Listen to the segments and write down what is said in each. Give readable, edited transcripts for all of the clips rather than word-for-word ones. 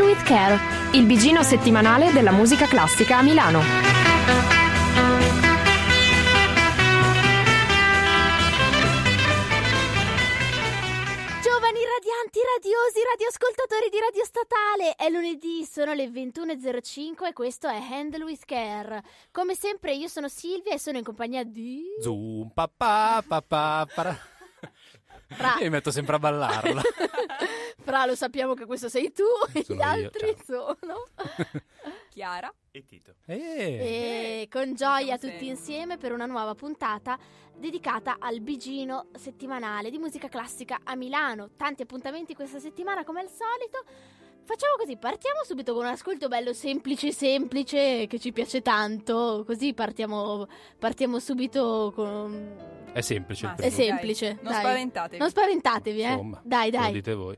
with Care, il bigino settimanale della musica classica a Milano. Giovani radianti, radiosi, radioascoltatori di Radio Statale, è lunedì, sono le 21.05 e questo è Handle with Care. Come sempre io sono Silvia e sono in compagnia di... Zoom, papà, papà, Fra. Io mi metto sempre a ballarla. Fra, lo sappiamo che questo sei tu e Sono gli io, altri ciao. sono... Chiara e Tito. E con gioia Siamo tutti sempre. insieme per una nuova puntata dedicata al bigino settimanale di musica classica a Milano. Tanti appuntamenti questa settimana come al solito. Facciamo così, partiamo subito con un ascolto bello semplice che ci piace tanto, così partiamo subito con... È semplice il Ma primo. È semplice, Non dai. spaventatevi. Non spaventatevi, Insomma, Dai, Lo dai. dite voi.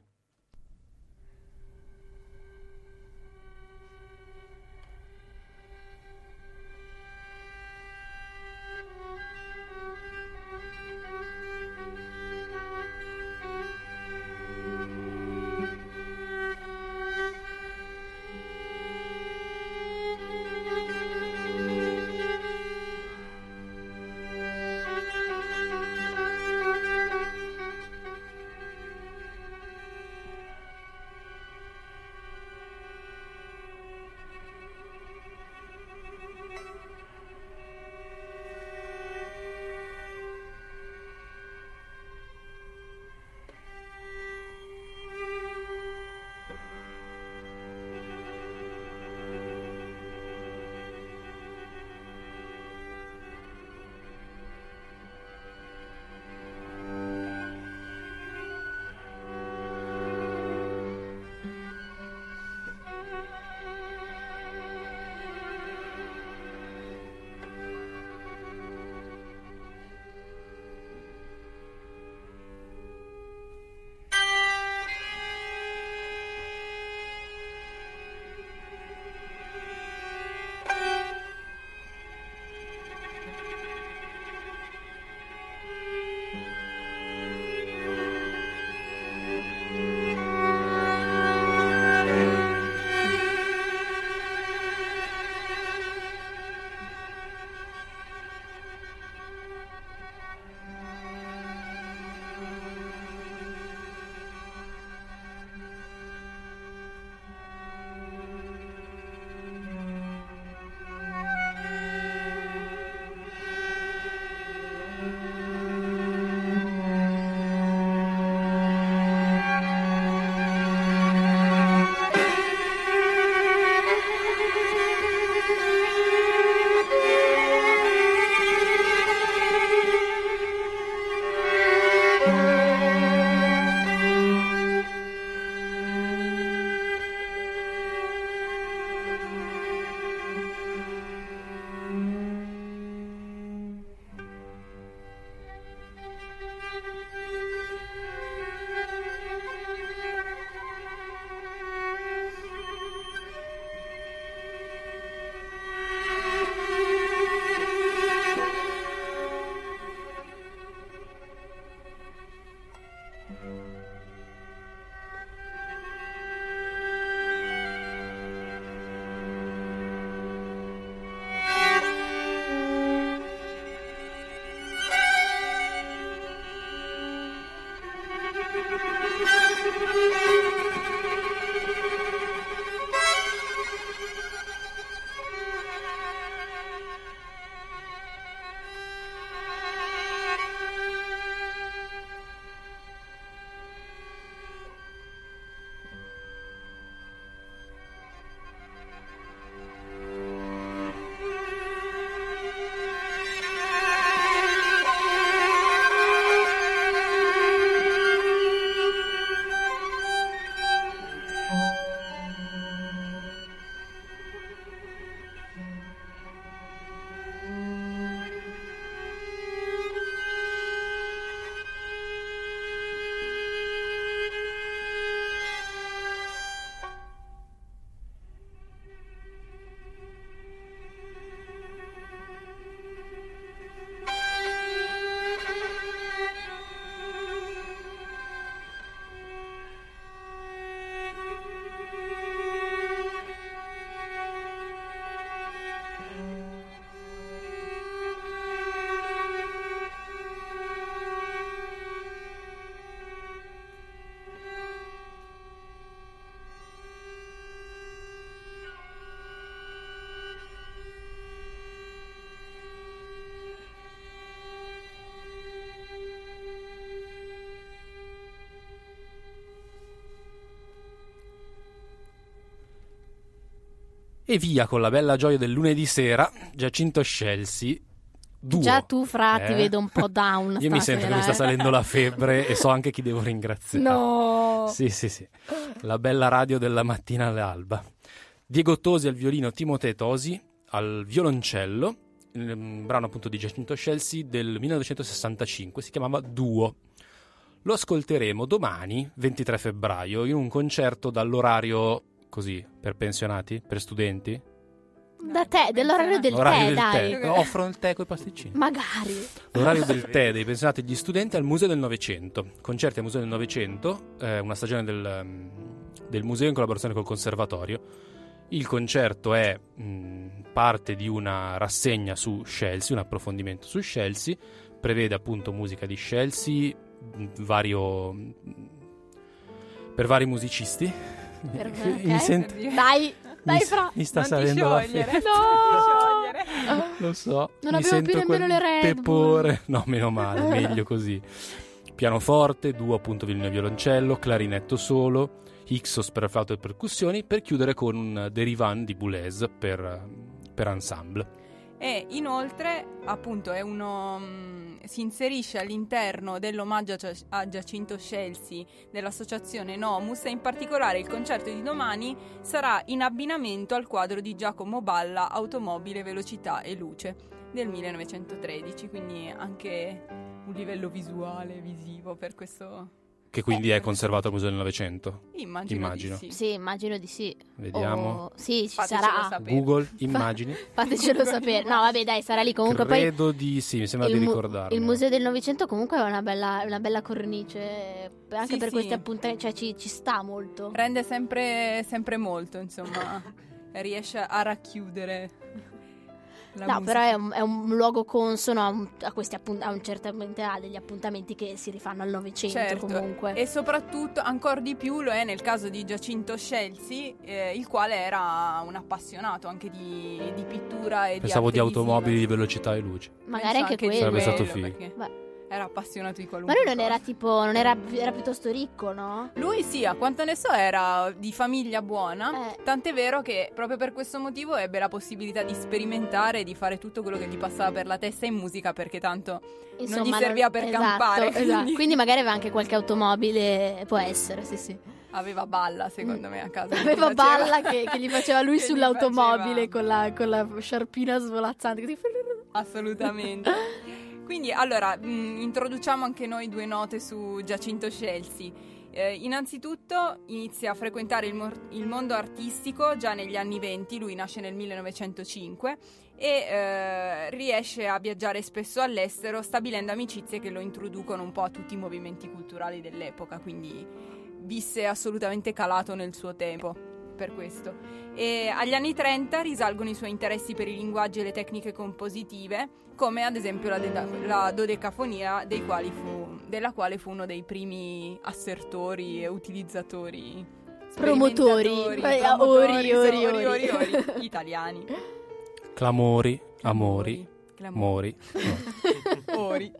E via con la bella gioia del lunedì sera, Giacinto Scelsi, duo. Già tu, fra, ti vedo un po' down. Io mi sento che mi sta salendo la febbre e so anche chi devo ringraziare. No! Sì. La bella radio della mattina all'alba. Diego Tosi al violino, Timoteo Tosi al violoncello, un brano appunto di Giacinto Scelsi del 1965, si chiamava Duo. Lo ascolteremo domani, 23 febbraio, in un concerto dall'orario, così, per pensionati, per studenti. Da te, dell'orario del tè, dai. Offrono il tè con i pasticcini. Magari. L'orario del tè dei pensionati e degli studenti al Museo del Novecento. Concerti al Museo del Novecento, una stagione del museo in collaborazione col Conservatorio. Il concerto è parte di una rassegna su Scelsi, un approfondimento su Scelsi, prevede appunto musica di Scelsi, per vari musicisti. Mi sento... Dai, fra. Mi sta Non salendo la febbre. No! Lo so. Non mi avevo sento più nemmeno quel le Red tepore. No, meno male, meglio così. Pianoforte, duo appunto violino e violoncello, clarinetto solo, Hyksos per flauto e percussioni, per chiudere con un derivan di Boulez per ensemble. E inoltre, appunto, si inserisce all'interno dell'omaggio a Giacinto Scelsi dell'associazione Nomus, e in particolare il concerto di domani sarà in abbinamento al quadro di Giacomo Balla, Automobile, Velocità e Luce, del 1913, quindi anche un livello visivo per questo... Che quindi è conservato al Museo del Novecento? Immagino. Di sì. Sì, immagino di sì. Vediamo. Sì, ci Fatecelo sarà. sapere. Google, immagini? Fatecelo sapere. No, vabbè, dai, sarà lì comunque. Credo di sì, mi sembra di ricordarlo. Il Museo del Novecento comunque è una bella cornice, anche Sì, per sì. questi appuntamenti, cioè ci sta molto. Rende sempre molto, insomma, riesce a racchiudere la No, musica. però è un luogo consono a questi certamente ha degli appuntamenti che si rifanno al Novecento, Certo, comunque. e soprattutto ancora di più lo è nel caso di Giacinto Scelsi, il quale era un appassionato anche di pittura e Pensavo di arte di automobili visiva. di velocità e luce. Magari anche di quello. Sarebbe stato quello, figo. perché Beh. era appassionato di Ma qualunque lui non cosa. era piuttosto ricco, no? Lui sì, a quanto ne so era di famiglia buona, Eh. tant'è vero che proprio per questo motivo ebbe la possibilità di sperimentare e di fare tutto quello che gli passava per la testa in musica, perché tanto non gli serviva per esatto, campare, esatto. Quindi magari aveva anche qualche automobile, può essere, sì. aveva Balla secondo me a casa. Aveva Gli faceva- Balla che gli faceva lui che gli sull'automobile faceva- con la sciarpina svolazzante, così. Assolutamente. Quindi allora introduciamo anche noi due note su Giacinto Scelsi. Innanzitutto inizia a frequentare il mondo artistico già negli anni 20, lui nasce nel 1905 e riesce a viaggiare spesso all'estero, stabilendo amicizie che lo introducono un po' a tutti i movimenti culturali dell'epoca, quindi visse assolutamente calato nel suo tempo per questo. E agli anni 30 risalgono i suoi interessi per i linguaggi e le tecniche compositive, come ad esempio la dodecafonia, della quale fu uno dei primi assertori e utilizzatori, Promotori. sperimentatori, Ori. italiani. Clamori, amori, Clamori. mori. Ori.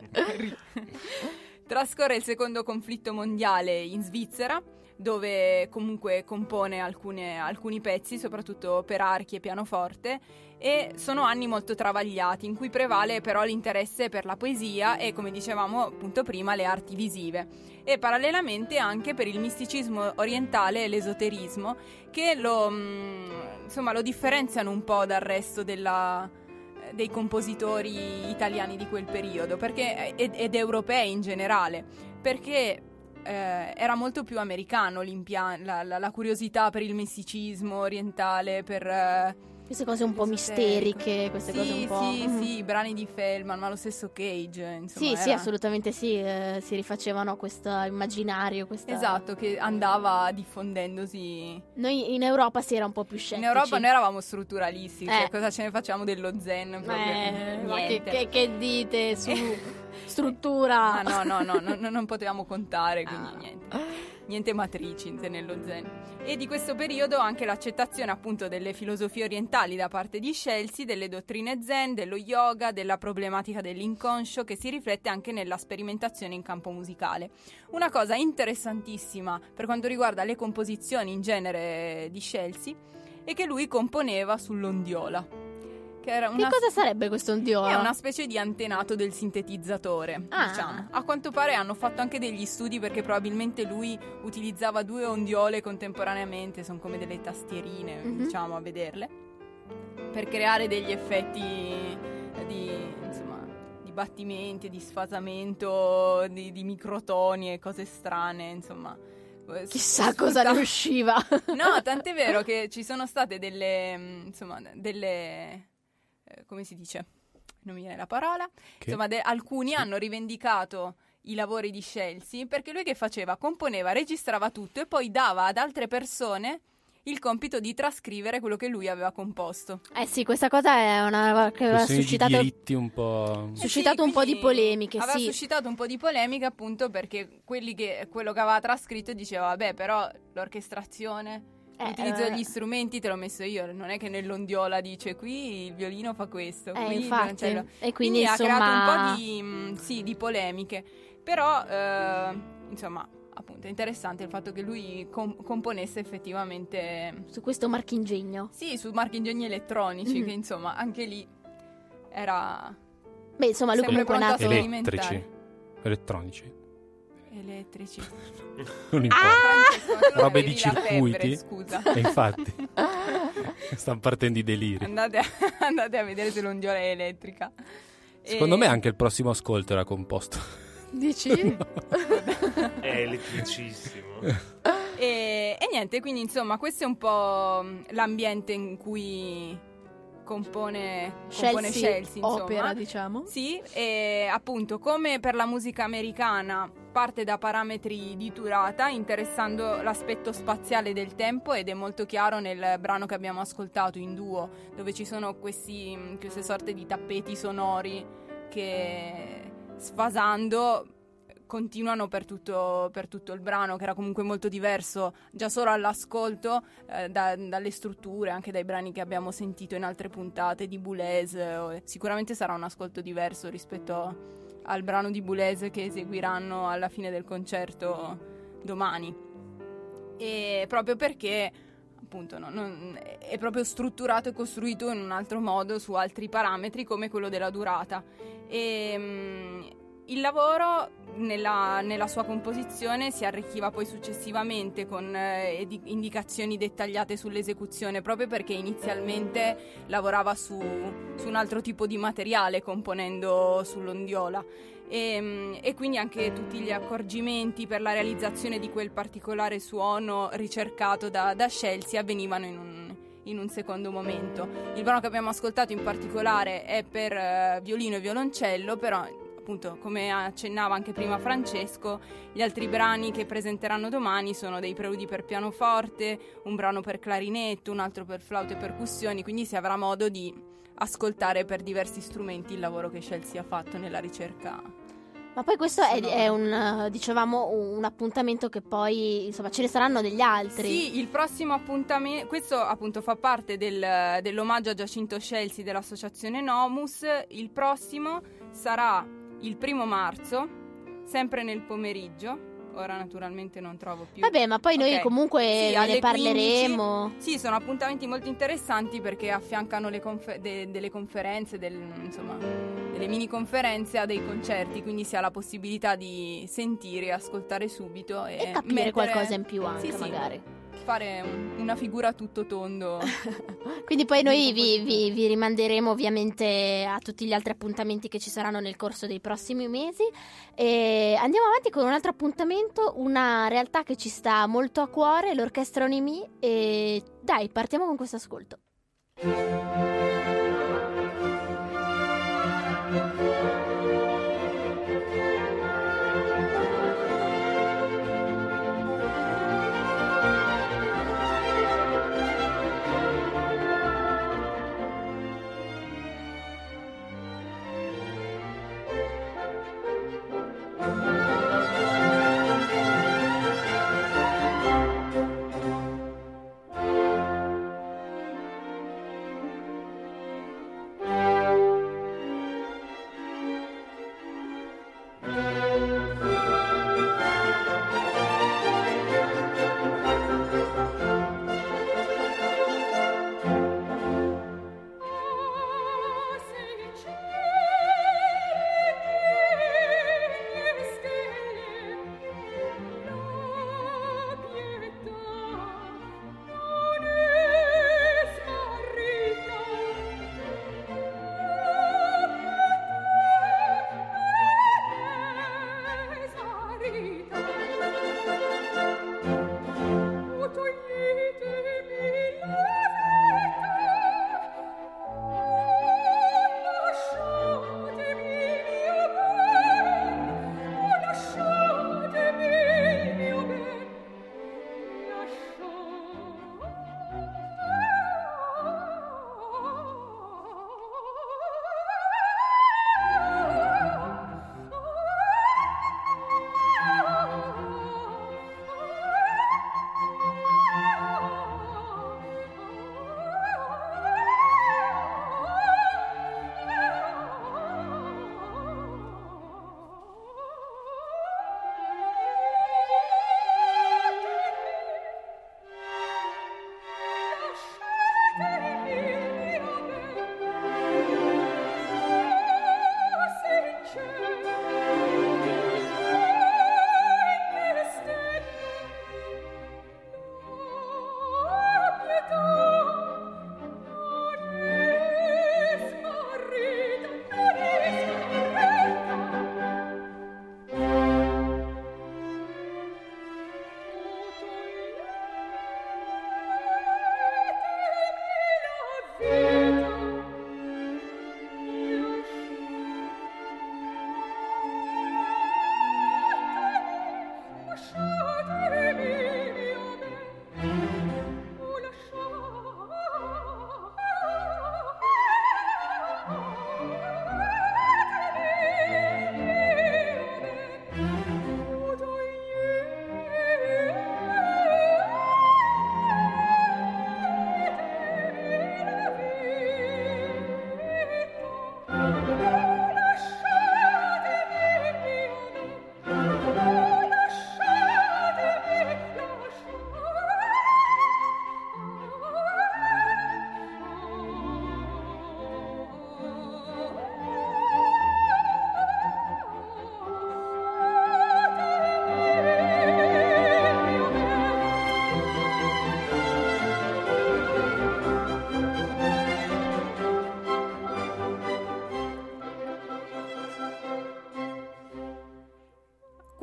Trascorre il secondo conflitto mondiale in Svizzera, dove comunque compone alcuni pezzi, soprattutto per archi e pianoforte, e sono anni molto travagliati, in cui prevale però l'interesse per la poesia e, come dicevamo appunto prima, le arti visive, e parallelamente anche per il misticismo orientale e l'esoterismo, che lo differenziano un po' dal resto dei compositori italiani di quel periodo, ed europei in generale, perché era molto più americano la curiosità per il misticismo orientale, per Queste cose un po' misteriche, queste cose un po'... Sì, i brani di Feldman, ma lo stesso Cage, insomma. Sì, assolutamente sì, si rifacevano a questo immaginario, Esatto, che andava diffondendosi. Noi in Europa si era un po' più scettici. In Europa noi eravamo strutturalisti, cioè cosa ce ne facciamo dello zen? Proprio ma niente. che dite su struttura? Ah, no, non potevamo contare, quindi niente matrici nello zen. E di questo periodo anche l'accettazione appunto delle filosofie orientali da parte di Scelsi, delle dottrine zen, dello yoga, della problematica dell'inconscio, che si riflette anche nella sperimentazione in campo musicale. Una cosa interessantissima per quanto riguarda le composizioni in genere di Scelsi e che lui componeva sull'ondiola. Che cosa sarebbe questo ondiola? È una specie di antenato del sintetizzatore, diciamo. A quanto pare hanno fatto anche degli studi perché probabilmente lui utilizzava 2 ondiole contemporaneamente, sono come delle tastierine, diciamo, a vederle, per creare degli effetti di battimenti, di sfasamento, di microtoni e cose strane, insomma. Chissà cosa ne usciva. No, tant'è vero che ci sono state delle come si dice? Non mi viene la parola. Insomma, alcuni hanno rivendicato i lavori di Scelsi perché lui che faceva? Componeva, registrava tutto e poi dava ad altre persone il compito di trascrivere quello che lui aveva composto. Sì, questa cosa è una che aveva suscitato diritti un po'. Suscitato un po' di polemiche. Aveva suscitato un po' di polemiche appunto perché quello che aveva trascritto diceva vabbè, però l'orchestrazione, l'utilizzo degli strumenti te l'ho messo io, non è che nell'ondiola dice qui il violino fa questo, qui infatti. il e quindi ha insomma creato un po' di polemiche, però insomma appunto è interessante il fatto che lui componesse effettivamente su questo marchingegno. Sì, su marchingegni elettronici, che insomma anche lì era insomma lui comunque è nato elettronici. Non importa. Robe di circuiti. Scusa. E infatti stanno partendo i deliri. Andate a vedere se l'ondiola è elettrica. Secondo me anche il prossimo ascolto era composto. Dici? No. È elettricissimo. E niente, quindi insomma questo è un po' l'ambiente in cui compone Scelsi, insomma. Opera, diciamo. Sì, e appunto come per la musica americana parte da parametri di durata interessando l'aspetto spaziale del tempo ed è molto chiaro nel brano che abbiamo ascoltato in duo, dove ci sono queste sorte di tappeti sonori che sfasando continuano per tutto il brano, che era comunque molto diverso già solo all'ascolto dalle strutture, anche dai brani che abbiamo sentito in altre puntate di Boulez. Sicuramente sarà un ascolto diverso rispetto al brano di Boulez che eseguiranno alla fine del concerto domani, e proprio perché appunto è proprio strutturato e costruito in un altro modo su altri parametri come quello della durata. Il lavoro nella sua composizione si arricchiva poi successivamente con indicazioni dettagliate sull'esecuzione, proprio perché inizialmente lavorava su un altro tipo di materiale componendo sull'ondiola, e quindi anche tutti gli accorgimenti per la realizzazione di quel particolare suono ricercato da Scelsi avvenivano in un secondo momento. Il brano che abbiamo ascoltato in particolare è per violino e violoncello, però appunto, come accennava anche prima Francesco, gli altri brani che presenteranno domani sono dei preludi per pianoforte, un brano per clarinetto, un altro per flauto e percussioni, quindi si avrà modo di ascoltare per diversi strumenti il lavoro che Scelsi ha fatto nella ricerca. Ma poi questo è un, dicevamo, un appuntamento che poi, insomma, ce ne saranno degli altri. Sì, il prossimo appuntamento, questo appunto fa parte dell'omaggio a Giacinto Scelsi dell'associazione Nomus. Il prossimo sarà il 1° marzo, sempre nel pomeriggio. Ora naturalmente non trovo più. Vabbè, ma poi noi comunque sì, ne parleremo. 15. Sì, sono appuntamenti molto interessanti perché affiancano delle conferenze, insomma, delle mini conferenze a dei concerti, quindi si ha la possibilità di sentire, ascoltare subito e capire qualcosa in più anche, sì, magari. Fare una figura a tutto tondo. Quindi poi noi vi rimanderemo ovviamente a tutti gli altri appuntamenti che ci saranno nel corso dei prossimi mesi, e andiamo avanti con un altro appuntamento, una realtà che ci sta molto a cuore, l'Orchestra Onimi, e dai, partiamo con questo ascolto.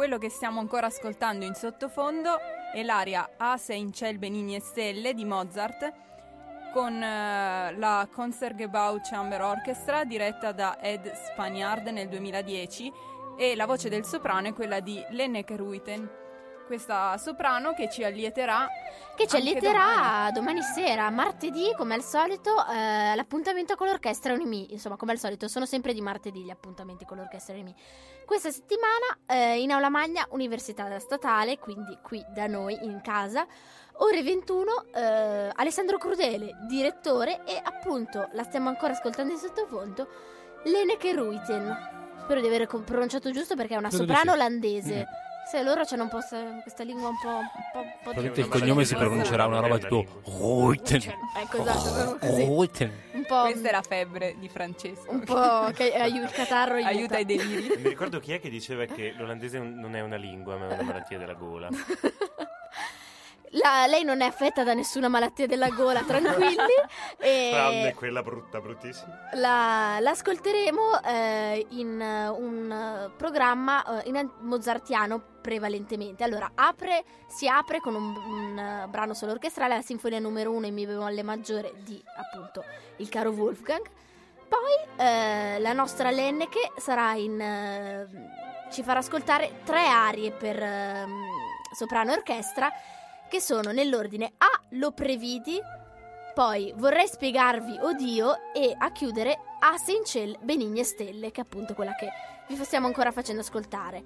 quello che stiamo ancora ascoltando in sottofondo è l'aria Ase in ciel benigni e stelle di Mozart, con la Concertgebouw Chamber Orchestra diretta da Ed Spaniard nel 2010, e la voce del soprano è quella di Lenneke Ruiten, questa soprano che ci allieterà domani sera, martedì, come al solito, l'appuntamento con l'orchestra Unimi. Insomma, come al solito, sono sempre di martedì gli appuntamenti con l'orchestra Unimi. Questa settimana in Aula Magna, Università Statale, quindi qui da noi in casa, ore 21, Alessandro Crudele, direttore, e appunto la stiamo ancora ascoltando in sottofondo, Lenneke Ruiten. Spero di aver pronunciato giusto, perché è una Credo di soprano sì. olandese. Se loro c'hanno un po' questa lingua un po' Probabilmente il cognome si pronuncerà una roba tipo Ruiten. Ecco, esatto, proprio così. Ruiten. Un po', Questa è la febbre di Francesco. un po' che il catarro aiuta i deliri. Mi ricordo chi è che diceva che l'olandese non è una lingua, ma è una malattia della gola. Lei non è affetta da nessuna malattia della gola, tranquilli. Tranne quella bruttissima. L'ascolteremo in un programma mozartiano prevalentemente. Allora, si apre con un brano solo orchestrale, la Sinfonia numero 1 in Mi bemolle maggiore di, appunto, il caro Wolfgang. Poi la nostra Lenneke sarà ci farà ascoltare 3 arie per soprano e orchestra, che sono nell'ordine A, Lo previdi, poi Vorrei spiegarvi, oh Dio, e a chiudere Ase in ciel benigni e stelle, che è appunto quella che vi stiamo ancora facendo ascoltare.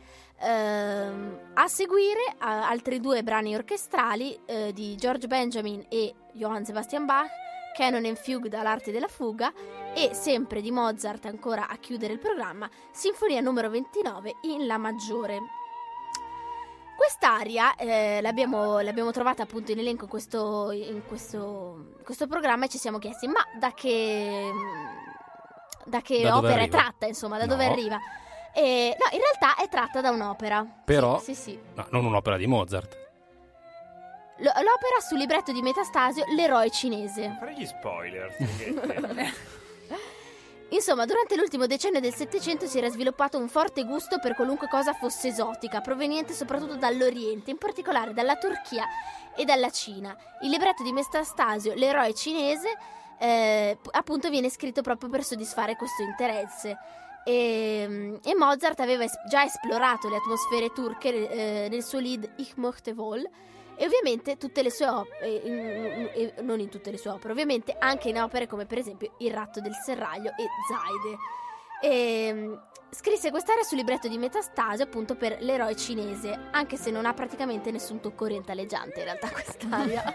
A seguire altri 2 brani orchestrali di George Benjamin e Johann Sebastian Bach, Canon and Fugue dall'arte della fuga, e sempre di Mozart, ancora a chiudere il programma, Sinfonia numero 29 in La maggiore. Quest'aria l'abbiamo trovata appunto in elenco in questo programma, e ci siamo chiesti: ma da che opera è tratta, insomma, da dove arriva? No, in realtà è tratta da un'opera. Però Sì. no, non un'opera di Mozart. L'opera sul libretto di Metastasio, L'eroe cinese. Fare gli spoiler. Insomma, durante l'ultimo decennio del Settecento si era sviluppato un forte gusto per qualunque cosa fosse esotica, proveniente soprattutto dall'Oriente, in particolare dalla Turchia e dalla Cina. Il libretto di Metastasio, L'eroe cinese, appunto viene scritto proprio per soddisfare questo interesse. E Mozart aveva già esplorato le atmosfere turche nel suo lied Ich möchte wohl, e ovviamente tutte le sue opere, non in tutte le sue opere, ovviamente anche in opere come per esempio Il ratto del serraglio e Zaide. Scrisse quest'aria sul libretto di Metastasio appunto per l'eroe cinese, anche se non ha praticamente nessun tocco orientaleggiante in realtà quest'aria.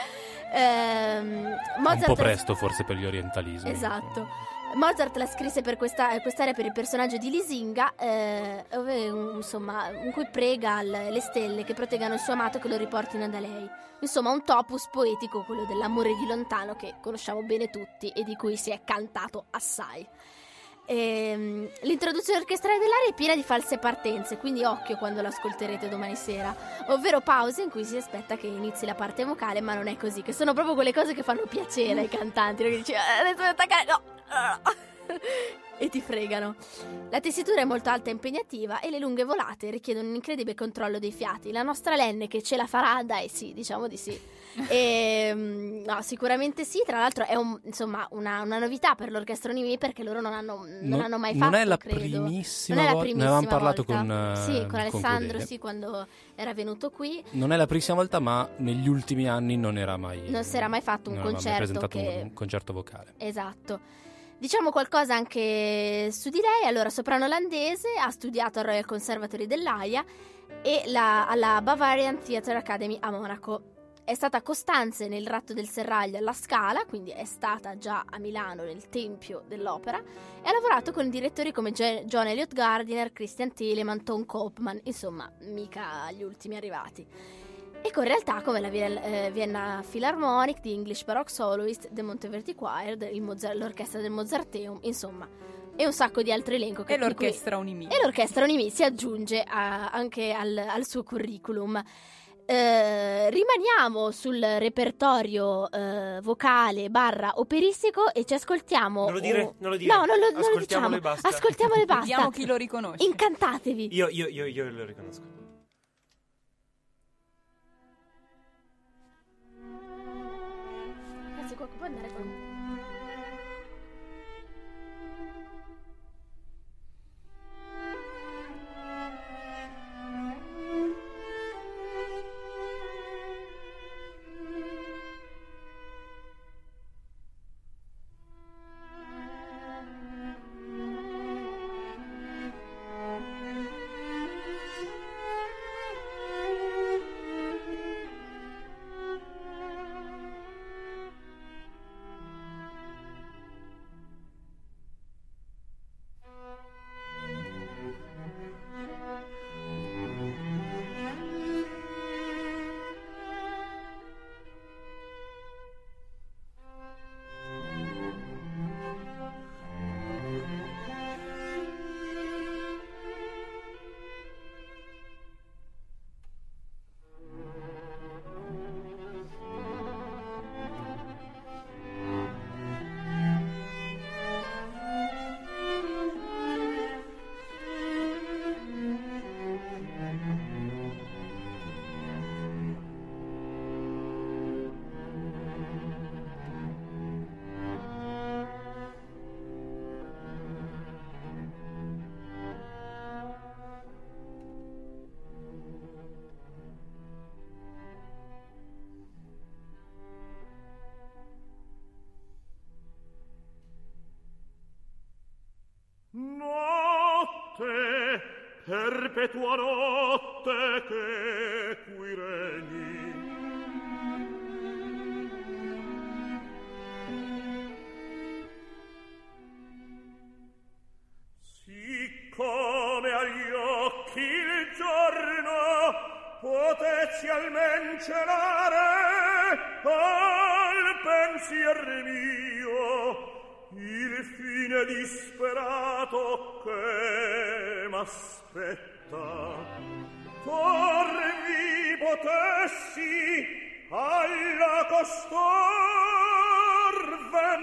Un po' presto forse per gli orientalismi. Esatto. Mozart la scrisse per quest'area per il personaggio di Lisinga, insomma, in cui prega le stelle che proteggano il suo amato, che lo riportino da lei. Insomma, un topos poetico, quello dell'amore di lontano, che conosciamo bene tutti e di cui si è cantato assai. L'introduzione orchestrale dell'aria è piena di false partenze, quindi occhio quando l'ascolterete domani sera, ovvero pause in cui si aspetta che inizi la parte vocale, ma non è così, che sono proprio quelle cose che fanno piacere ai cantanti, che dici adesso devo attaccare, no. E ti fregano. La tessitura è molto alta e impegnativa, e le lunghe volate richiedono un incredibile controllo dei fiati. La nostra Lenneke ce la farà? Dai, sì, diciamo di sì. No, sicuramente sì. Tra l'altro è una novità per l'orchestra Unimi, perché loro non hanno mai fatto. Non è la credo. primissima Non è la volta. Ne primissima avevamo parlato volta. con Alessandro, Crudele. sì, quando era venuto qui. Non è la primissima volta, ma negli ultimi anni non si era mai fatto un non aveva mai concerto presentato un concerto vocale. Esatto. Diciamo qualcosa anche su di lei. Allora, soprano olandese, ha studiato al Royal Conservatory dell'Aia e alla Bavarian Theatre Academy a Monaco. È stata costante nel ratto del serraglio alla Scala, quindi è stata già a Milano nel Tempio dell'Opera, e ha lavorato con direttori come John Elliott Gardiner, Christian Telemann, Tom Koopman, insomma, mica gli ultimi arrivati. E con realtà come la Vienna Philharmonic, The English Baroque Soloist, The Monteverdi Choir, l'orchestra del Mozarteum, insomma, e un sacco di altro elenco. E l'orchestra Unimi. E l'orchestra Unimi si aggiunge anche al suo curriculum. Rimaniamo sul repertorio vocale / operistico e ci ascoltiamo. Non lo dire. No, non lo diciamo. Ascoltiamolo e basta. Ascoltiamolo e basta. Vediamo chi lo riconosce. Incantatevi. Io lo riconosco. Puoi andare con... Notte, perpetua notte che qui regni. Siccome agli occhi il giorno potezsi almen celare al pensier mio il fine disperato che m'aspetta, porvi potessi alla costor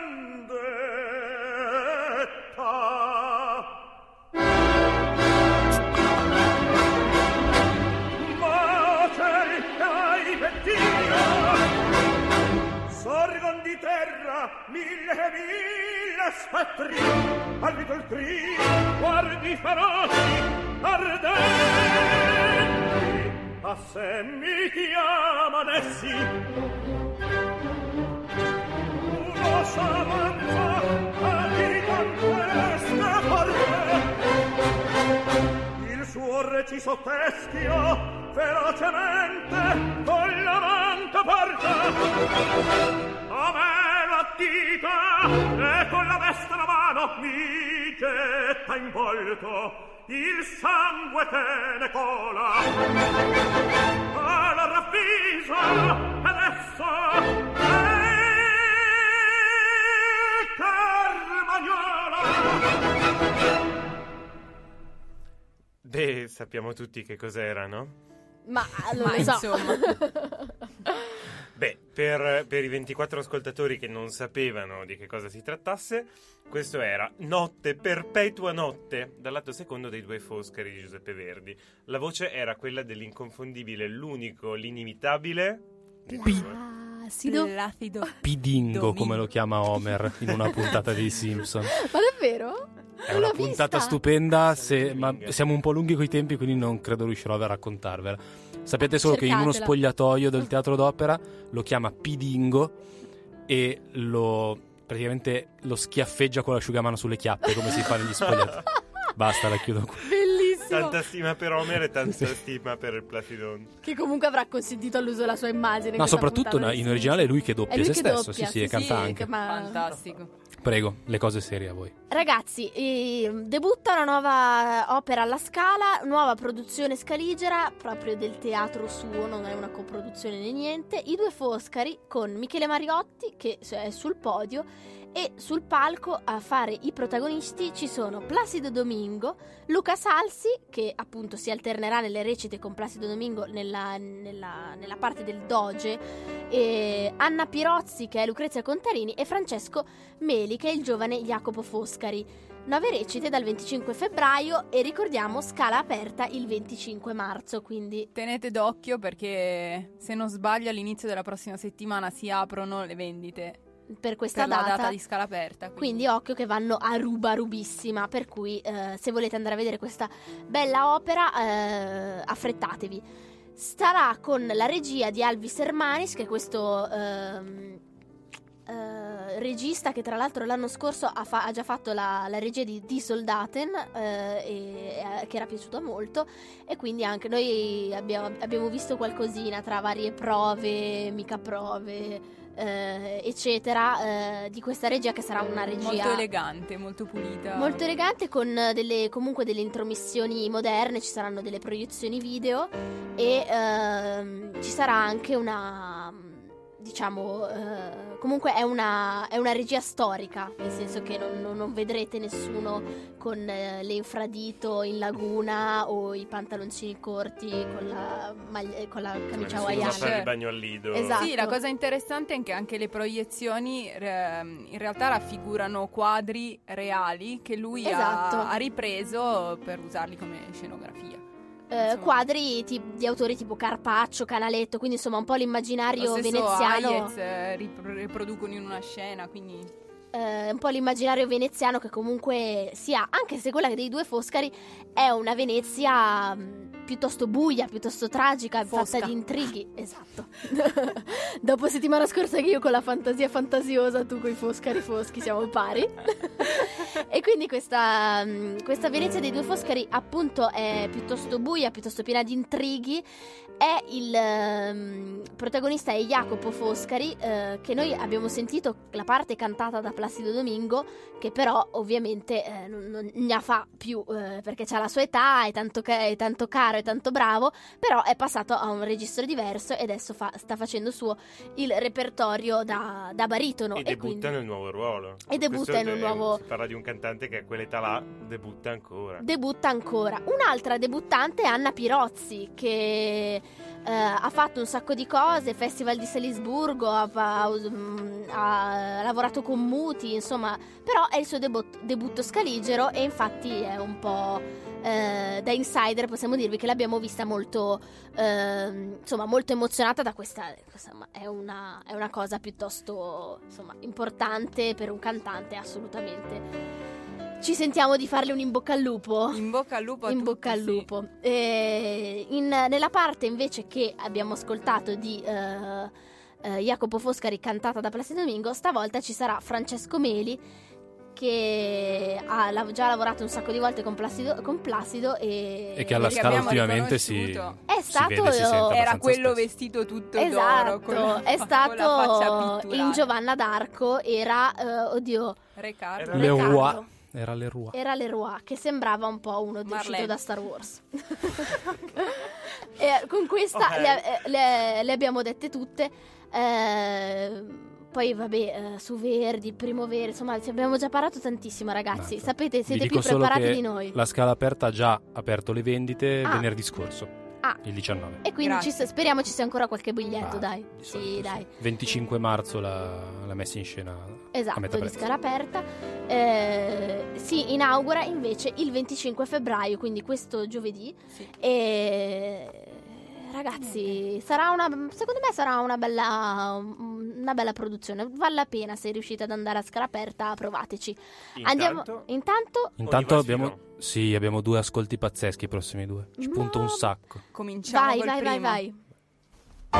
vendetta. Ma cercai pettina, sorgon di terra mille spettri, al vito il crin, guardi feroci, ardenti, a sé mi chiaman essi. Uno s'avanza a gigantesca forte, il suo reciso teschio ferocemente con la manta porta. A me dita e con la destra mano mi getta in volto il sangue che ne cola. Alla ravviso adesso Carmagnola. Beh, sappiamo tutti che cos'era, no? Ma non Ma lo so. insomma. Beh, per i 24 ascoltatori che non sapevano di che cosa si trattasse, questo era Notte, perpetua notte, dal lato secondo dei Due Foscari di Giuseppe Verdi. La voce era quella dell'inconfondibile, l'unico, l'inimitabile Placido. Placido. Pidingo, Domingo. come lo chiama Homer in una puntata dei Simpson. Ma davvero? È Non una l'ho puntata vista. stupenda, Sì, ma lunga. siamo un po' lunghi coi tempi, quindi non credo riuscirò a raccontarvela. Sapete solo che in uno Cercatela. spogliatoio del teatro d'opera lo chiama Pidingo e praticamente lo schiaffeggia con l'asciugamano sulle chiappe, come si fa negli spogliatoi. Basta, la chiudo qui. Bellissimo. Tanta stima per Homer e tanta stima per il Placidon. Che comunque avrà consentito all'uso della sua immagine. in No, questa soprattutto puntata in del originale è Simpson. lui che doppia È lui se che stesso. doppia, Sì, e canta anche. Fantastico. Prego, le cose serie a voi. Ragazzi, debutta una nuova opera alla Scala, nuova produzione scaligera, proprio del teatro suo, non è una coproduzione né niente. I Due Foscari con Michele Mariotti, che è sul podio, e sul palco a fare i protagonisti ci sono Placido Domingo, Luca Salsi, che appunto si alternerà nelle recite con Placido Domingo nella parte del Doge, e Anna Pirozzi, che è Lucrezia Contarini, e Francesco Meli, che è il giovane Jacopo Foscari. 9 recite dal 25 febbraio e ricordiamo Scala aperta il 25 marzo, quindi Tenete d'occhio perché se non sbaglio all'inizio della prossima settimana si aprono le vendite. per questa per la data di Scalaperta. Quindi occhio che vanno a rubissima, per cui se volete andare a vedere questa bella opera affrettatevi. Starà con la regia di Alvis Hermanis, che è questo regista che tra l'altro l'anno scorso ha già fatto la regia di Die Soldaten, che era piaciuta molto, e quindi anche noi abbiamo visto qualcosina tra varie prove, mica prove, eccetera, di questa regia, che sarà una regia molto elegante, molto pulita, molto elegante, con comunque delle intromissioni moderne. Ci saranno delle proiezioni video e ci sarà anche una, diciamo, comunque è una regia storica, nel senso che non vedrete nessuno con le infradito in laguna o i pantaloncini corti con la camicia hawaiana. Fare il bagno al lido. Esatto. Sì, la cosa interessante è che anche le proiezioni in realtà raffigurano quadri reali che lui Esatto. ha ripreso per usarli come scenografia. Quadri di autori tipo Carpaccio, Canaletto, quindi insomma un po' l'immaginario Lo stesso veneziano. Hayez riproducono in una scena, quindi Un po' l'immaginario veneziano, che comunque sia, anche se quella dei due Foscari è una Venezia piuttosto buia, piuttosto tragica, Fosca. fatta di intrighi. Esatto. Dopo settimana scorsa che io con la fantasia fantasiosa, tu con i Foscari foschi, siamo pari. E quindi questa Venezia dei due Foscari appunto è piuttosto buia, piuttosto piena di intrighi. È il protagonista è Jacopo Foscari, che noi abbiamo sentito la parte cantata da Placido Domingo, che però ovviamente non ne fa più, perché c'ha la sua età, è tanto caro, è tanto bravo, però è passato a un registro diverso e adesso sta facendo suo il repertorio da baritono. E debutta nel nuovo ruolo. E debutta in un nuovo... Si parla di un cantante che a quell'età là debutta ancora. Un'altra debuttante è Anna Pirozzi, che ha fatto un sacco di cose, Festival di Salisburgo, ha lavorato con Muti, insomma, però è il suo debutto scaligero, e infatti è un po' da insider possiamo dirvi che l'abbiamo vista molto molto emozionata da questa è una cosa piuttosto, insomma, importante per un cantante, assolutamente. Ci sentiamo di farle un in bocca al lupo? In bocca al lupo a In tutti, bocca al sì. lupo. Nella parte invece che abbiamo ascoltato di Jacopo Foscari, cantata da Placido Domingo, stavolta ci sarà Francesco Meli, che ha già lavorato un sacco di volte con Placido e che alla che Scala abbiamo ultimamente si riconosciuto. È stato- si vede, si sente Era abbastanza quello spesso. vestito tutto esatto, d'oro, è con la faccia stato pitturata. in Giovanna d'Arco, era Re Carlo. Era Le Riccardo. Roi. Era Le Roi. Era Leroy, che sembrava un po' uno uscito Marlene. da Star Wars. E con questa Ok. le abbiamo dette tutte. Poi vabbè, su Verdi, Primo Verde, insomma, ci abbiamo già parlato tantissimo, ragazzi. Mazza. Sapete, Vi siete dico più solo preparati che di noi. La Scala Aperta ha già aperto le vendite Ah. venerdì scorso, Ah. il 19. E quindi Grazie. speriamo ci sia ancora qualche biglietto, Ah, dai. di Sì, solito dai. 25 marzo la messa in scena a Esatto, metà di prezzo. Scala Aperta. Si inaugura invece il 25 febbraio, quindi questo giovedì. Sì. E ragazzi, secondo me sarà una bella produzione. Vale la pena, se riuscite ad andare a Scala Aperta, provateci. Intanto, Intanto Intanto Oliva abbiamo 2 ascolti pazzeschi i prossimi 2. Ci punto un sacco. Cominciamo vai, col vai, vai, primo. vai.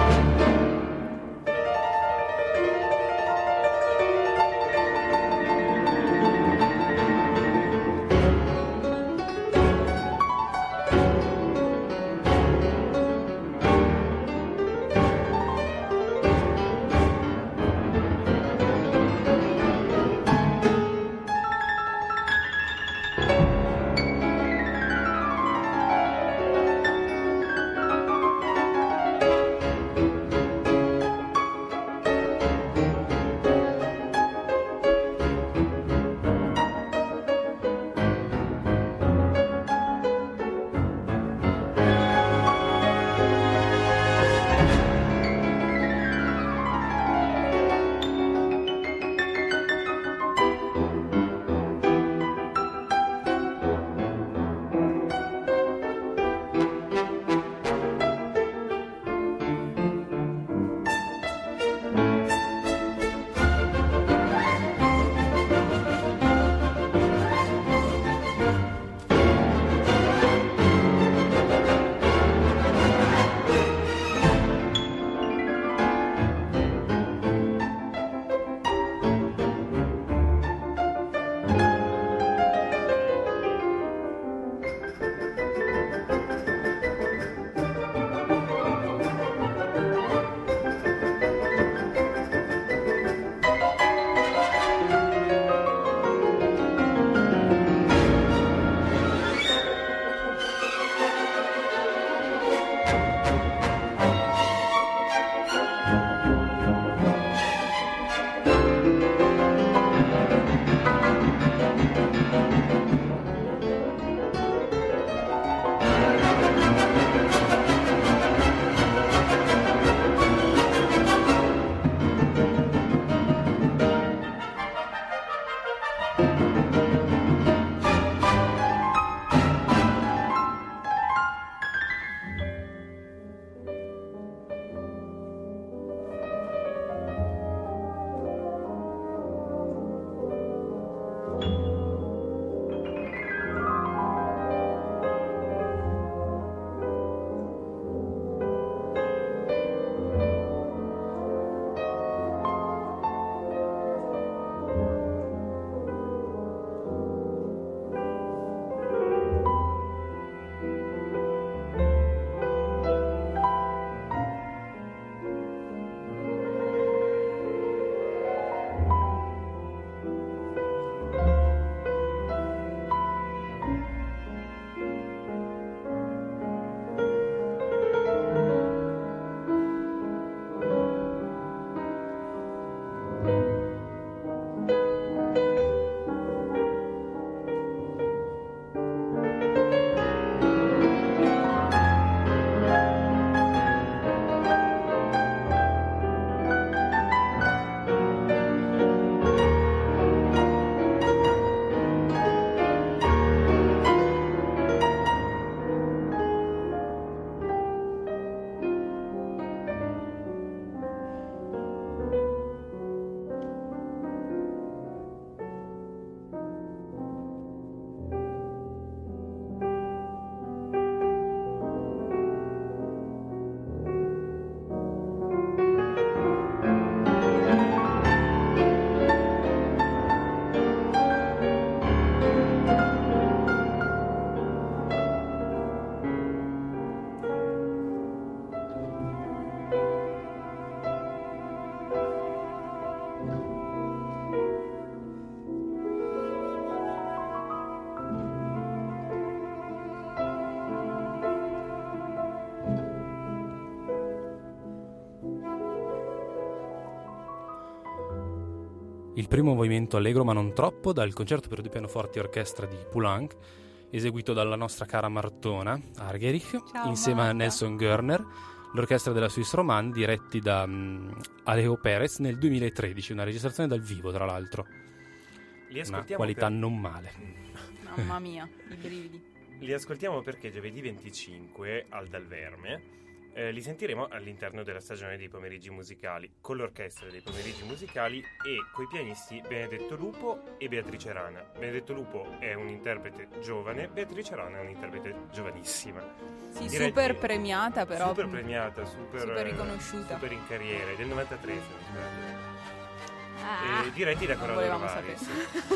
il primo movimento allegro ma non troppo dal concerto per due pianoforti e orchestra di Poulenc, eseguito dalla nostra cara Martona Argerich, Ciao, insieme Marta. a Nelson Görner, l'orchestra della Suisse Romande, diretti da Alejo Perez nel 2013, una registrazione dal vivo tra l'altro, Li una ascoltiamo qualità non male. Mamma mia, i brividi. Li ascoltiamo perché giovedì 25 al Dal Verme li sentiremo all'interno della stagione dei pomeriggi musicali, con l'orchestra dei pomeriggi musicali e coi pianisti Benedetto Lupo e Beatrice Rana. Benedetto Lupo è un interprete giovane, Beatrice Rana è un'interprete giovanissima. Sì, Direi super che- premiata però. Super premiata, super riconosciuta. super in carriera, del 93 se non Ah, sbaglio. Diretti da non Corrado volevamo Novaris.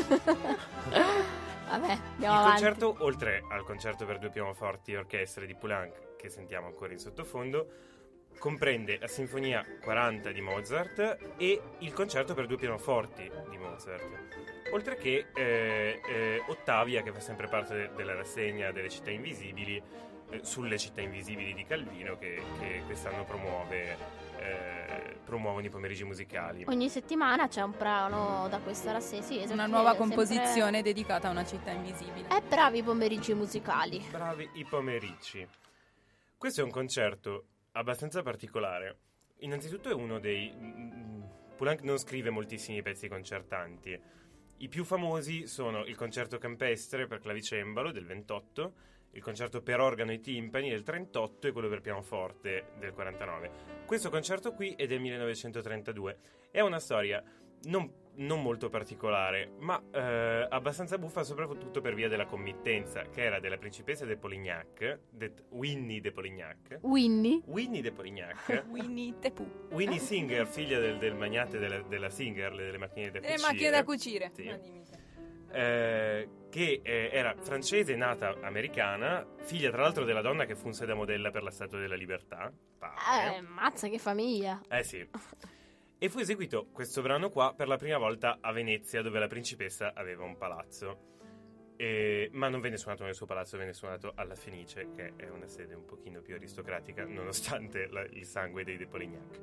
vabbè, Il andiamo avanti. concerto, oltre al concerto per due pianoforti e orchestre di Poulenc, che sentiamo ancora in sottofondo, comprende la Sinfonia 40 di Mozart e il concerto per due pianoforti di Mozart. Oltre che Ottavia, che fa sempre parte della rassegna delle città invisibili, sulle città invisibili di Calvino, che quest'anno promuovono i pomeriggi musicali. Ogni settimana c'è un brano da questa rassegna. Sì, esatto, Una nuova sempre- composizione dedicata a una città invisibile. Bravi i pomeriggi musicali. Bravi i pomeriggi. Questo è un concerto abbastanza particolare. Innanzitutto è uno dei... Poulenc non scrive moltissimi pezzi concertanti. I più famosi sono il concerto campestre per clavicembalo del 28, il concerto per organo e timpani del 38 e quello per pianoforte del 49. Questo concerto qui è del 1932. È una storia non molto particolare, ma abbastanza buffa, soprattutto per via della committenza, che era della principessa de Polignac, Winnie de Polignac. Winnie? De Polignac. Winnie the Pooh. Winnie Singer, figlia del magnate della Singer, delle macchine da cucire. Le macchine da cucire. Sì. Ma dimmi te. Che era francese, nata americana, figlia tra l'altro della donna che funse da modella per la Statua della Libertà. Pare. Mazza che famiglia. Sì. E fu eseguito questo brano qua per la prima volta a Venezia, dove la principessa aveva un palazzo. Ma non venne suonato nel suo palazzo, venne suonato alla Fenice, che è una sede un pochino più aristocratica, nonostante il sangue dei de Polignac.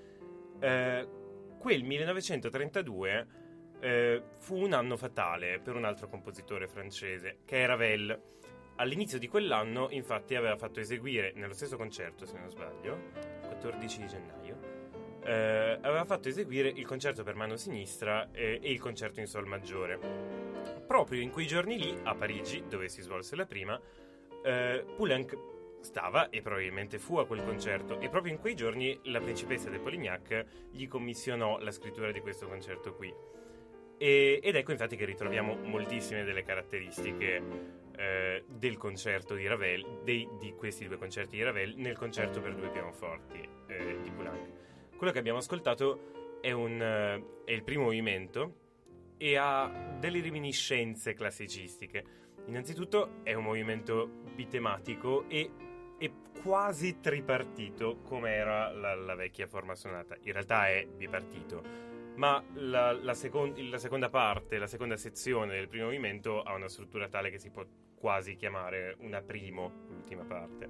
Quel 1932 fu un anno fatale per un altro compositore francese, che è Ravel. All'inizio di quell'anno, infatti, aveva fatto eseguire, nello stesso concerto, se non sbaglio, 14 di gennaio, aveva fatto eseguire il concerto per mano sinistra e il concerto in sol maggiore. Proprio in quei giorni lì, a Parigi, dove si svolse la prima, Poulenc stava e probabilmente fu a quel concerto, e proprio in quei giorni la principessa de Polignac gli commissionò la scrittura di questo concerto qui. Ed ecco infatti che ritroviamo moltissime delle caratteristiche del concerto di Ravel, di questi due concerti di Ravel, nel concerto per due pianoforti di Poulenc. Quello che abbiamo ascoltato è il primo movimento e ha delle reminiscenze classicistiche. Innanzitutto è un movimento bitematico e quasi tripartito, come era la vecchia forma sonata. In realtà è bipartito, ma la seconda parte, la seconda sezione del primo movimento ha una struttura tale che si può quasi chiamare una l'ultima parte.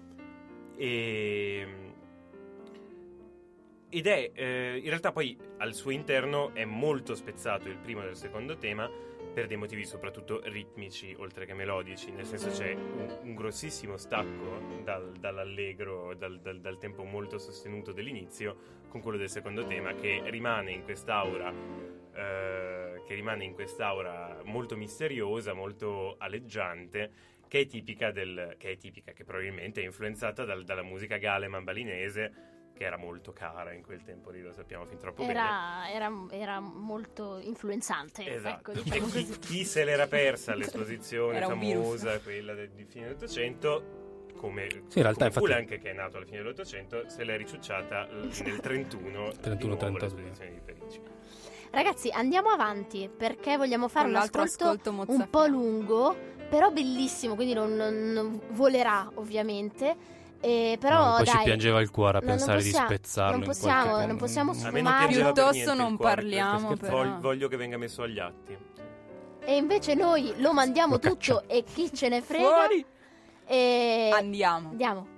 Ed è in realtà poi al suo interno è molto spezzato il primo del secondo tema per dei motivi soprattutto ritmici oltre che melodici, nel senso c'è un grossissimo stacco dall'allegro, dal tempo molto sostenuto dell'inizio con quello del secondo tema, che rimane in quest'aura molto misteriosa, molto aleggiante, che probabilmente è influenzata dalla musica galleman balinese, che era molto cara in quel tempo lì, lo sappiamo fin troppo bene. Era molto influenzante. Esatto. Ecco, diciamo E così. chi se l'era persa l'esposizione Era un virus. famosa, quella di fine dell'Ottocento, come Sì, in realtà, infatti, Poulenc, che è nato alla fine dell'Ottocento, se l'è ricciucciata nel 31 di nuovo 32. l'esposizione di Parigi. Ragazzi, andiamo avanti perché vogliamo fare Con un l'altro ascolto ascolto un po' mozzafiato. lungo, però bellissimo, quindi non volerà ovviamente. Però poi ci dai, piangeva il cuore a non pensare possiamo- di spezzarlo non in qualche possiamo- modo. non possiamo A me non sfumarlo. piangeva per Piuttosto niente il non cuore, parliamo, perché però. voglio che venga messo agli atti. E invece noi lo mandiamo Lo tutto caccia. e chi ce ne frega. Fuori! E Andiamo. andiamo.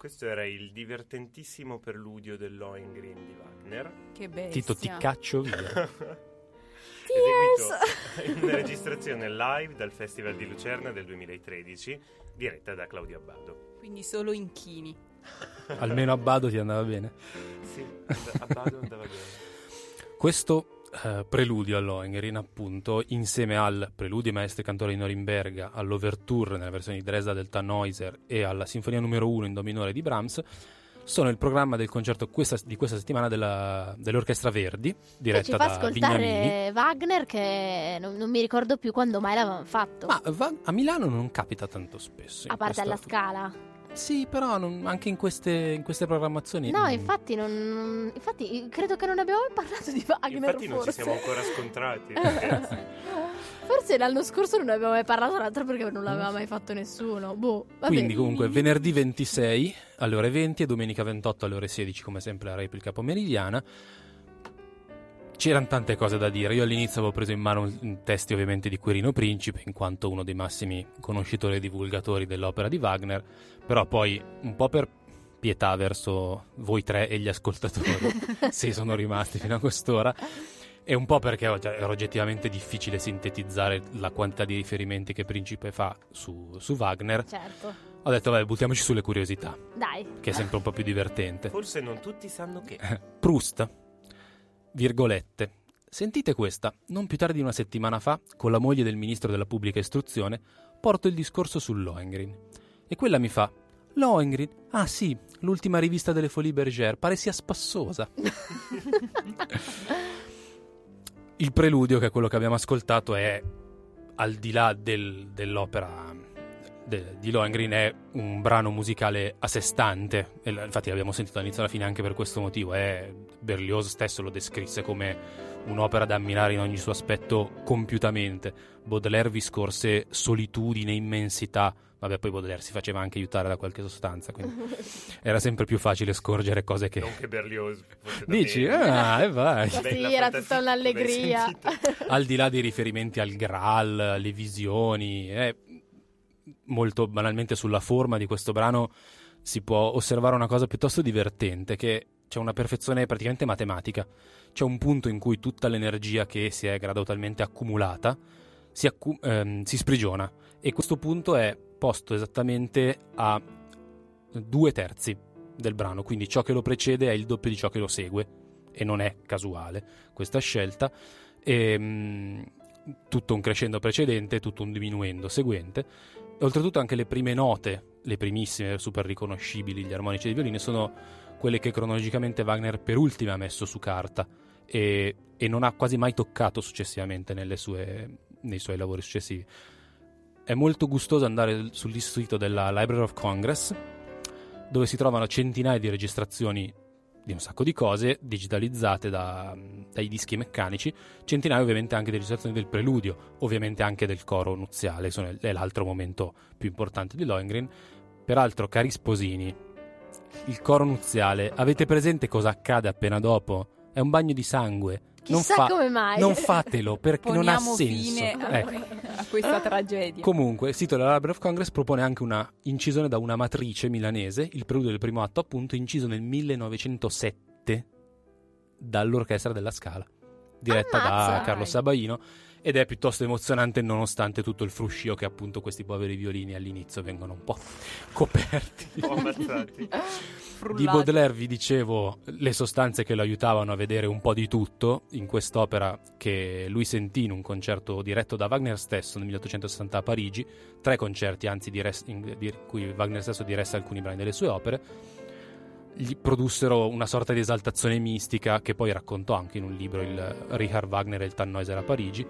Questo era il divertentissimo preludio del Lohengrin di Wagner. Che bestia. Tito, ti caccio via. Eseguito in una registrazione live dal Festival di Lucerna del 2013, diretta da Claudio Abbado. Quindi solo inchini. Almeno Abbado ti andava bene. Sì, Abbado andava bene. Questo preludio al Lohengrin, appunto, insieme al preludio Maestri e Cantori di Norimberga, all'Ouverture nella versione di Dresda del Tannhäuser e alla Sinfonia numero 1 in Do minore di Brahms, sono il programma del concerto di questa settimana dell'Orchestra Verdi, diretta da Vignamini. Ci fa ascoltare Wagner, che non mi ricordo più quando mai l'avevamo fatto. Ma a Milano non capita tanto spesso. A parte alla Scala. Sì, però anche in queste programmazioni. No, infatti credo che non abbiamo mai parlato di Wagner. Infatti non forse. ci siamo ancora scontrati. Forse l'anno scorso non abbiamo mai parlato l'altro perché non l'aveva mai fatto nessuno. Quindi comunque venerdì 26 alle ore 20 e domenica 28 alle ore 16, come sempre la replica pomeridiana. C'erano tante cose da dire. Io all'inizio avevo preso in mano testi ovviamente di Quirino Principe, in quanto uno dei massimi conoscitori e divulgatori dell'opera di Wagner, però poi un po' per pietà verso voi tre e gli ascoltatori, se sono rimasti fino a quest'ora, e un po' perché era oggettivamente difficile sintetizzare la quantità di riferimenti che Principe fa su Wagner. Certo. Ho detto, vabbè, buttiamoci sulle curiosità, Dai. che è sempre un po' più divertente. Forse non tutti sanno che. Proust, virgolette. Sentite questa. Non più tardi di una settimana fa, con la moglie del ministro della pubblica istruzione, porto il discorso sul Lohengrin. E quella mi fa: Lohengrin? Ah sì, l'ultima rivista delle Folies Bergère, pare sia spassosa. Il preludio, che è quello che abbiamo ascoltato, è al di là dell'opera di Lohengrin, è un brano musicale a sé stante. E infatti l'abbiamo sentito dall'inizio alla fine anche per questo motivo. Berlioz stesso lo descrisse come un'opera da ammirare in ogni suo aspetto compiutamente. Baudelaire vi scorse solitudine, immensità. Vabbè, poi Baudelaire si faceva anche aiutare da qualche sostanza, quindi era sempre più facile scorgere cose che... Non che Berlioz. Dici? E vai. Sì, era tutta un'allegria. Al di là dei riferimenti al Graal, alle visioni, molto banalmente sulla forma di questo brano si può osservare una cosa piuttosto divertente, che c'è una perfezione praticamente matematica. C'è un punto in cui tutta l'energia che si è gradualmente accumulata si sprigiona, e questo punto è posto esattamente a 2/3 del brano, quindi ciò che lo precede è il doppio di ciò che lo segue, e non è casuale questa scelta. Tutto un crescendo precedente, tutto un diminuendo seguente. E oltretutto anche le prime note, le primissime, super riconoscibili, gli armonici di violino, sono quelle che cronologicamente Wagner per ultimo ha messo su carta e non ha quasi mai toccato successivamente nei suoi lavori successivi. È molto gustoso andare sul sito della Library of Congress, dove si trovano centinaia di registrazioni di un sacco di cose digitalizzate dai dischi meccanici, centinaia ovviamente anche di registrazioni del preludio, ovviamente anche del coro nuziale, è l'altro momento più importante di Lohengrin. Peraltro, cari sposini, il coro nuziale, avete presente cosa accade appena dopo? È un bagno di sangue. Chissà come mai. Non fatelo, perché non ha Poniamo senso. fine a questa tragedia. Comunque, il sito della Library of Congress propone anche una incisione da una matrice milanese, il preludio del primo atto appunto, inciso nel 1907 dall'Orchestra della Scala, diretta da Carlo Sabaino, ed è piuttosto emozionante nonostante tutto il fruscio che appunto questi poveri violini all'inizio vengono un po' coperti. Un po' ammazzati. Di Baudelaire vi dicevo le sostanze che lo aiutavano a vedere un po' di tutto in quest'opera, che lui sentì in un concerto diretto da Wagner stesso nel 1860 a Parigi, 3 concerti anzi di cui Wagner stesso diresse alcuni brani delle sue opere. Gli produssero una sorta di esaltazione mistica che poi raccontò anche in un libro, il Richard Wagner e il Tannhäuser a Parigi.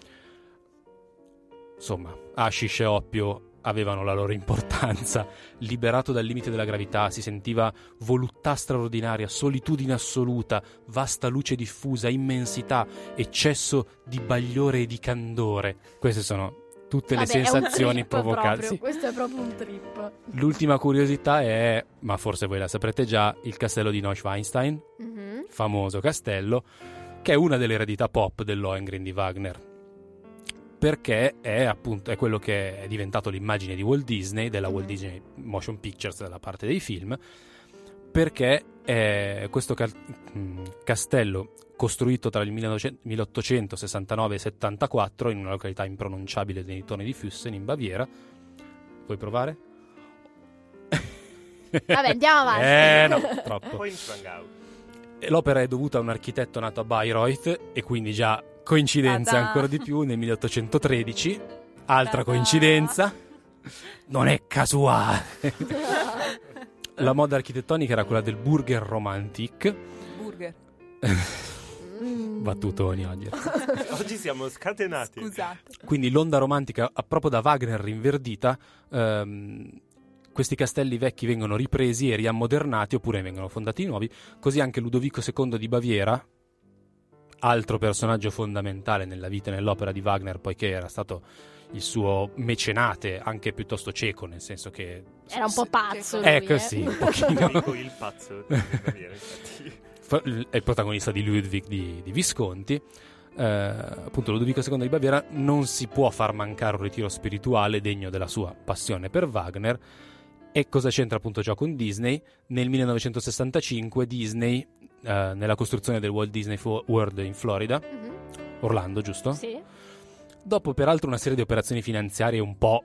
Insomma, hashish e oppio avevano la loro importanza. Liberato dal limite della gravità, si sentiva voluttà straordinaria, solitudine assoluta, vasta luce diffusa, immensità, eccesso di bagliore e di candore. Queste sono tutte le sensazioni provocate. Questo è proprio un trip. L'ultima curiosità è, ma forse voi la saprete già, il castello di Neuschwanstein, famoso castello, che è una delle eredità pop del Lohengrin di Wagner. perché è quello che è diventato l'immagine di Walt Disney, della Walt Disney Motion Pictures, della parte dei film, perché è questo castello costruito tra il 1869 e 74 in una località impronunciabile nei dintorni di Füssen, in Baviera. Vuoi provare? Vabbè, andiamo avanti. No, troppo. Poi in Sprang-out. L'opera è dovuta a un architetto nato a Bayreuth, e quindi già coincidenza Ta-da! ancora di più, nel 1813. Altra Ta-da! coincidenza. Non è casuale. La moda architettonica era quella del Burger Romantic. Burger. Battutoni oggi. Oggi siamo scatenati. Scusate. Quindi l'onda romantica, proprio da Wagner rinverdita, questi castelli vecchi vengono ripresi e riammodernati, oppure vengono fondati nuovi. Così anche Ludovico II di Baviera, altro personaggio fondamentale nella vita e nell'opera di Wagner, poiché era stato il suo mecenate, anche piuttosto cieco, nel senso che Era un po' pazzo lui, ecco, sì, un pochino. Dico il pazzo di Baviera, infatti. È il protagonista di Ludwig di Visconti. Appunto, Ludovico II di Baviera non si può far mancare un ritiro spirituale degno della sua passione per Wagner. E cosa c'entra appunto ciò con Disney? Nel 1965 Disney, nella costruzione del Walt Disney World in Florida, Orlando, giusto? Sì. Dopo peraltro una serie di operazioni finanziarie un po'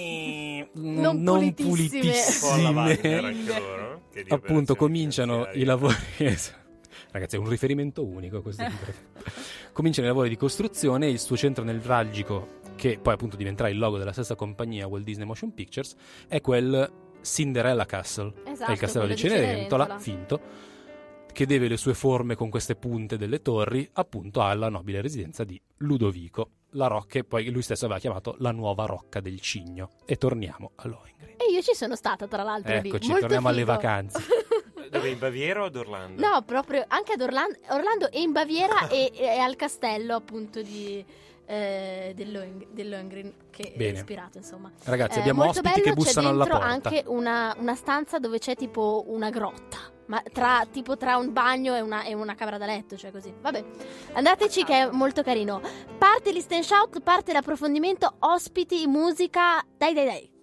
Non non pulitissime. Un po' alla Wagner pulitissime, anche loro. Che di appunto operazioni cominciano finanziarie. i lavori. Ragazzi, è un riferimento unico questo. Cominciano i lavori di costruzione. Il suo centro nevralgico, che poi appunto diventerà il logo della stessa compagnia, Walt Disney Motion Pictures, è quel Cinderella Castle, Esatto, è il castello quello di di Cenerentola, Cenerentola. finto, che deve le sue forme con queste punte delle torri appunto alla nobile residenza di Ludovico, la rocca che poi lui stesso aveva chiamato la nuova Rocca del Cigno. E torniamo a Lohengrin. E io ci sono stata, tra l'altro, lì. Eccoci, Molto torniamo alle figo. vacanze. Dove, in Baviera o ad Orlando? No, proprio anche ad Orlando e in Baviera e al castello appunto dell'Lohengrin, che Bene. è ispirato, insomma. Ragazzi, abbiamo molto ospiti bello, che bussano alla c'è porta. dentro anche una stanza dove c'è tipo una grotta, ma tra un bagno e una camera da letto, cioè così. Vabbè, andateci che è molto carino. Parte l'Isten Shout, parte l'approfondimento, ospiti, musica, dai.